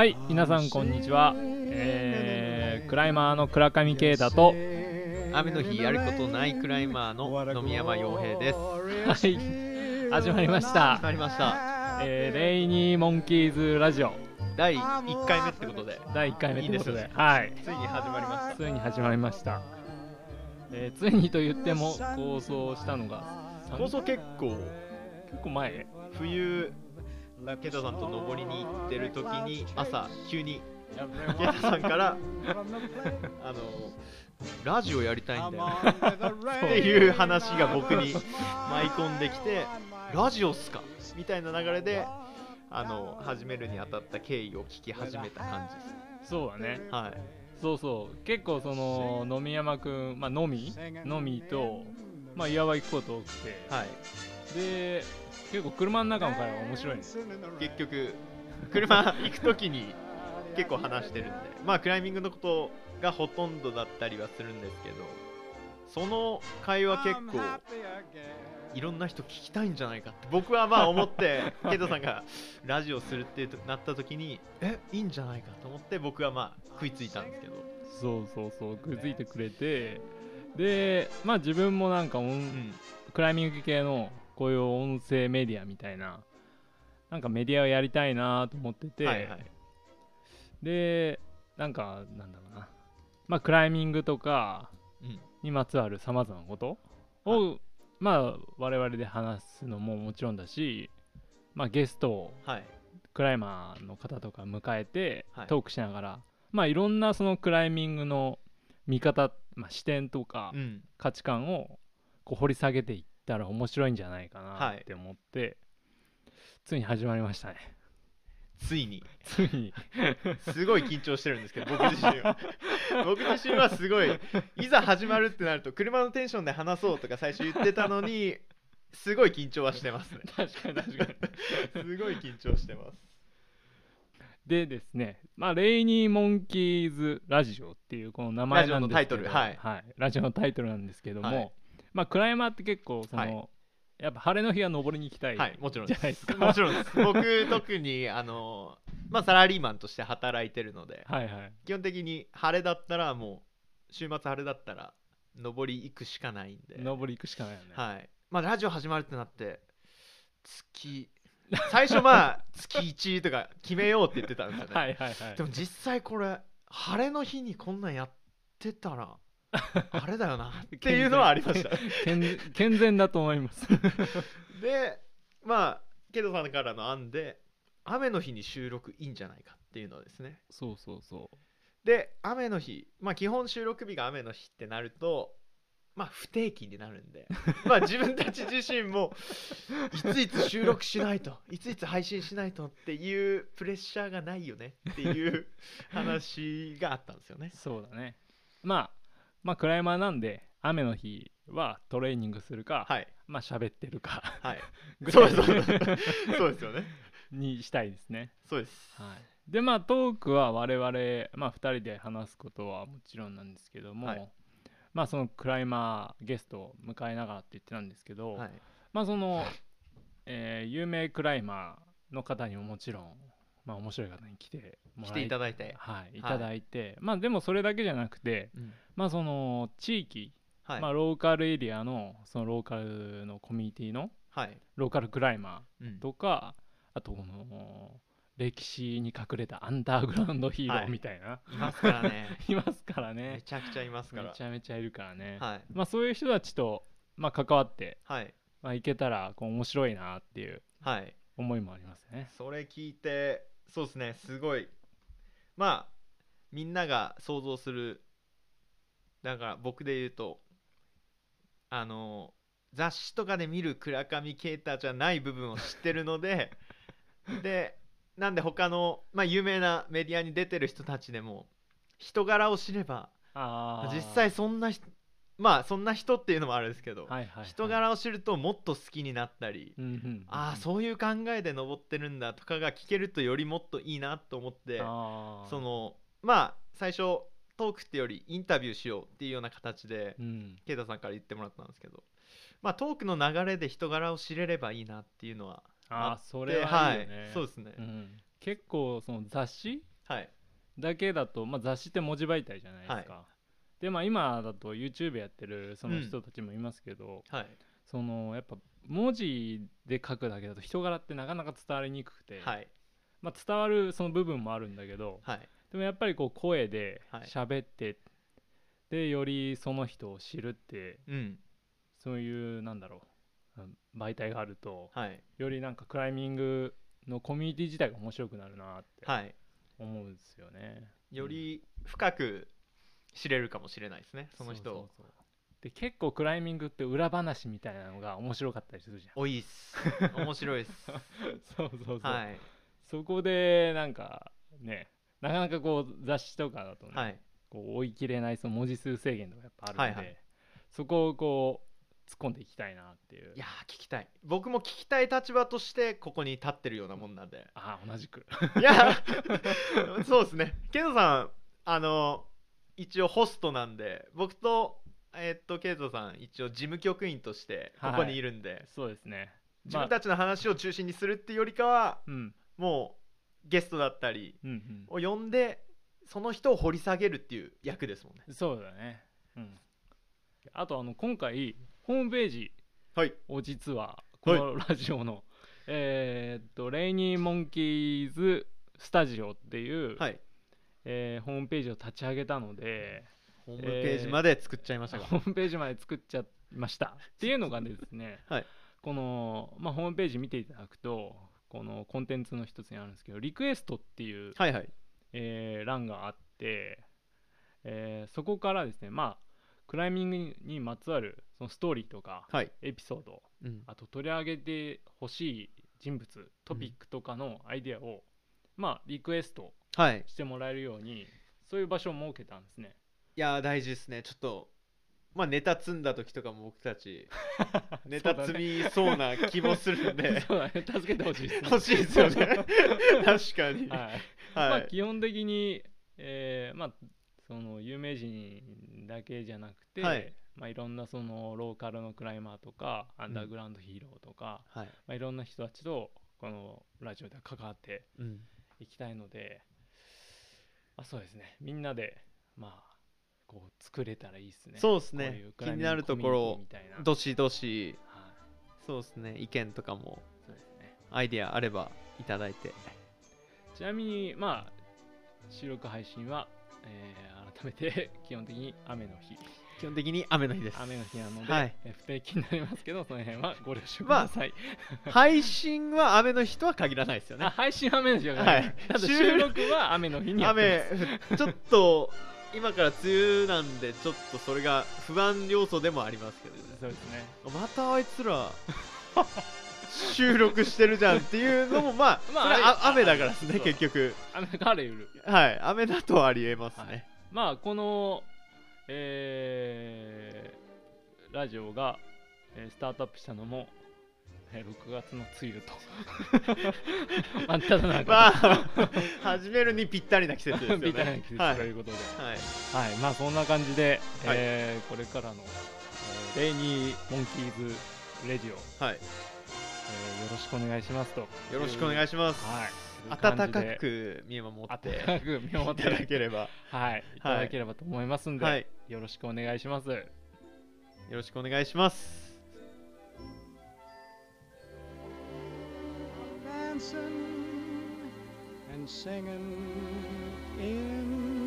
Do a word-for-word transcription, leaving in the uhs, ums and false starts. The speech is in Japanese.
はい、皆さんこんにちは。えー、クライマーの倉上啓太と雨の日やることないクライマーの野見山洋平です。 はい、始まりました始まりました、 えー、レイニーモンキーズラジオだいいっかいめってことでだいいっかいめってことで、 いいですね、 はい、 ついに始まりました。 ついに始まりました、えー、ついにと言っても構想したのが構想結構結構前冬ケイタさんと登りに行ってる時に朝急にケイタさんからあのラジオやりたいんだよっていう話が僕に舞い込んできて、ラジオっすかみたいな流れであの始めるにあたった経緯を聞き始めた感じです。 そうだね、 はい、 そうそう結構その野見山くん、まあのみのみとまあ岩場行くこと多くて、 はい、 で結構車の中の会話面白いね。 結局車行くときに結構話してるんで、まあクライミングのことがほとんどだったりはするんですけど、その会話結構いろんな人聞きたいんじゃないかって僕はまあ思ってケイトさんがラジオするってなった時にえいいんじゃないかと思って僕はまあ食いついたんですけど、 そうそうそう食いついてくれて、でまあ自分もなんか、うん、クライミング系のこういう音声メディアみたいななんかメディアをやりたいなと思ってて、はいはい、でなんかなんだろうな、まあクライミングとかにまつわるさまざまなことを、はい、まあ我々で話すのももちろんだし、まあゲストを、はい、クライマーの方とか迎えてトークしながら、はい、まあいろんなそのクライミングの見方、まあ、視点とか価値観をこう掘り下げていったら面白いんじゃないかなって思って、はい、ついに始まりましたね。 ついについにすごい緊張してるんですけど僕自身は僕自身はすごいいざ始まるってなると車のテンションで話そうとか最初言ってたのにすごい緊張はしてますね。 確かに確かにすごい緊張してます。 でですね、まあ、レイニーモンキーズラジオっていうこの名前なんですけど、ラジオのタイトル、はいはい、ラジオのタイトルなんですけども、はい、まあ、クライマーって結構その、はい、やっぱ晴れの日は登りに行きたい、はい、もちろんじゃないですか。 もちろんです僕特にあの、まあ、サラリーマンとして働いてるので、はいはい、基本的に晴れだったらもう週末晴れだったら登り行くしかないんで、 登り行くしかないよね。 はい、まあ、ラジオ始まるってなって月最初まあ月いちとか決めようって言ってたんですよね。はいはい、はい、でも実際これ晴れの日にこんなんやってたらあれだよなっていうのはありました健全だと思いますでまあケイトさんからの案で雨の日に収録いいんじゃないかっていうのですね。 そうそうそう。 で雨の日、まあ基本収録日が雨の日ってなるとまあ不定期になるんでまあ自分たち自身もいついつ収録しないといついつ配信しないとっていうプレッシャーがないよねっていう話があったんですよね。 そうだね。まあまあクライマーなんで雨の日はトレーニングするか、はい、まあ喋ってるか、はい、 そうそうそうですよねにしたいですね。 そうです、 はい、でまあトークは我々、まあ、ふたりで話すことはもちろんなんですけども、はい、まあそのクライマーゲストを迎えながらって言ってたんですけど、はい、まあその、えー、有名クライマーの方にももちろんまあ面白い方に来てもらい来ていただいて、 はい、いただいて、はい、まあでもそれだけじゃなくて、うん、まあその地域、はい、まあローカルエリアのそのローカルのコミュニティの、はい、ローカルクライマーとか、うん、あとこの歴史に隠れたアンダーグラウンドヒーローみたいな、はい、いますからねいますからねめちゃくちゃいますからめちゃめちゃいるからね、 はい、 まあそういう人たちと、まあ、関わって、はいまあ、いけたらこう面白いなっていう思いもありますね、はい、 それ聞いてそうですねすごいまあみんなが想像するだから僕で言うとあの雑誌とかで見る倉上啓太じゃない部分を知ってるのででなんで他の、まあ、有名なメディアに出てる人たちでも人柄を知ればあ実際そんなまあそんな人っていうのもあるんですけど、はいはいはい、人柄を知るともっと好きになったり、うんうんうん、ああそういう考えで登ってるんだとかが聞けるとよりもっといいなと思ってそのまあ最初トークってよりインタビューしようっていうような形で、うん、ケイタさんから言ってもらったんですけど、まあ、トークの流れで人柄を知れればいいなっていうのはあって、あそれはいいよね、 はい、そうですね、 うん、結構その雑誌はいだけだと、まあ、雑誌って文字媒体じゃないですか、 はでまあ今だと YouTube やってるその人たちもいますけど、 はいそのやっぱ文字で書くだけだと人柄ってなかなか伝わりにくくて、 はいまあ、伝わるその部分もあるんだけど、 はいでもやっぱりこう声ではい喋って、でよりその人を知るってうんそういうなんだろう媒体があると、 はいよりなんかクライミングのコミュニティ自体が面白くなるなってはい思うんですよね。 より深く知れるかもしれないですね、その人を。 そうそうそうで結構クライミングって裏話みたいなのが面白かったりするじゃん。 多いっす面白いっすそうそうそう、 はいそこでなんかねなかなかこう雑誌とかだとね、 はいこう追い切れないその文字数制限とかやっぱあるので、 はいはいそこをこう突っ込んでいきたいなっていう。 いやー聞きたい、僕も聞きたい立場としてここに立ってるようなもんなんでああ同じくいやそうですね、ケイトさんあの一応ホストなんで、僕とえっとケイトさん一応事務局員としてここにいるんで、 はい、そうですね、 自分たちの話を中心にするっていうよりかは、 まあ、うんもうゲストだったりうんを呼んでその人を掘り下げるっていう役ですもんね。 うん、そうだね、うん、あとあの今回ホームページはいを実はこのラジオの、はい、えー、っとレイニーモンキーズスタジオっていう、はい、えー、ホームページを立ち上げたので、 ホームページまで作っちゃいましたか、 えー、ホームページまで作っちゃいましたっていうのがですね、はい、この、まあ、ホームページ見ていただくとこのコンテンツの一つにあるんですけどリクエストっていう、はいはい、えー、欄があって、えー、そこからですねまあクライミングにまつわるそのストーリーとか、はい、エピソード、うん、あと取り上げてほしい人物トピックとかのアイデアを、うん、まあリクエストしてもらえるように、はい、そういう場所を設けたんですね。 いやー大事ですね。ちょっとまあネタ積んだ時とかも僕たちネタ積みそうな気もするんでそうだね、助けてほしいですね。 欲しいですよね確かに、 はいはい、まあ基本的に、えー、まあその有名人だけじゃなくて、はい、まあ、いろんなそのローカルのクライマーとかアンダーグラウンドヒーローとか、うん、はい、まあ、いろんな人たちとこのラジオで関わっていきたいので、うん、あそうですね、みんなでまあこう作れたらいいですね。 そうですね、気になるところどしどし、はい、そうですね、意見とかもそうですね、アイデアあればいただいて。 ちなみにまあ収録配信は、えー、改めて基本的に雨の日基本的に雨の日です。 雨の日なので、はい、え不定期になりますけどその辺はご了承くまださい、 あ、配信は雨の日とは限らないですよね。 あ配信は雨の日は限らない、はい、ただ収録は雨の日にやってます雨ちょっと今から梅雨なんでちょっとそれが不安要素でもありますけどね。 そうですね、 またあいつら収録してるじゃんっていうのもまあ、まあ、それは雨だからですね。結局雨があり得る、 はい雨だとありえますね、はい、 まあこのえー、ラジオが、えー、スタートアップしたのも、えー、ろくがつの梅雨とあんただなんか、まあ、始めるにぴったりな季節ですよね。 ぴったりな季節ということで、はい、はい、まあそんな感じで、はい、えー、これからの、えー、レイニーモンキーズレジオ、はい、えー、よろしくお願いしますと。 よろしくお願いします。はい、温かく見守って温かく見守っていただければはいいただければと思いますんで、はい、よろしくお願いします。よろしくお願いします。Dancing and singing in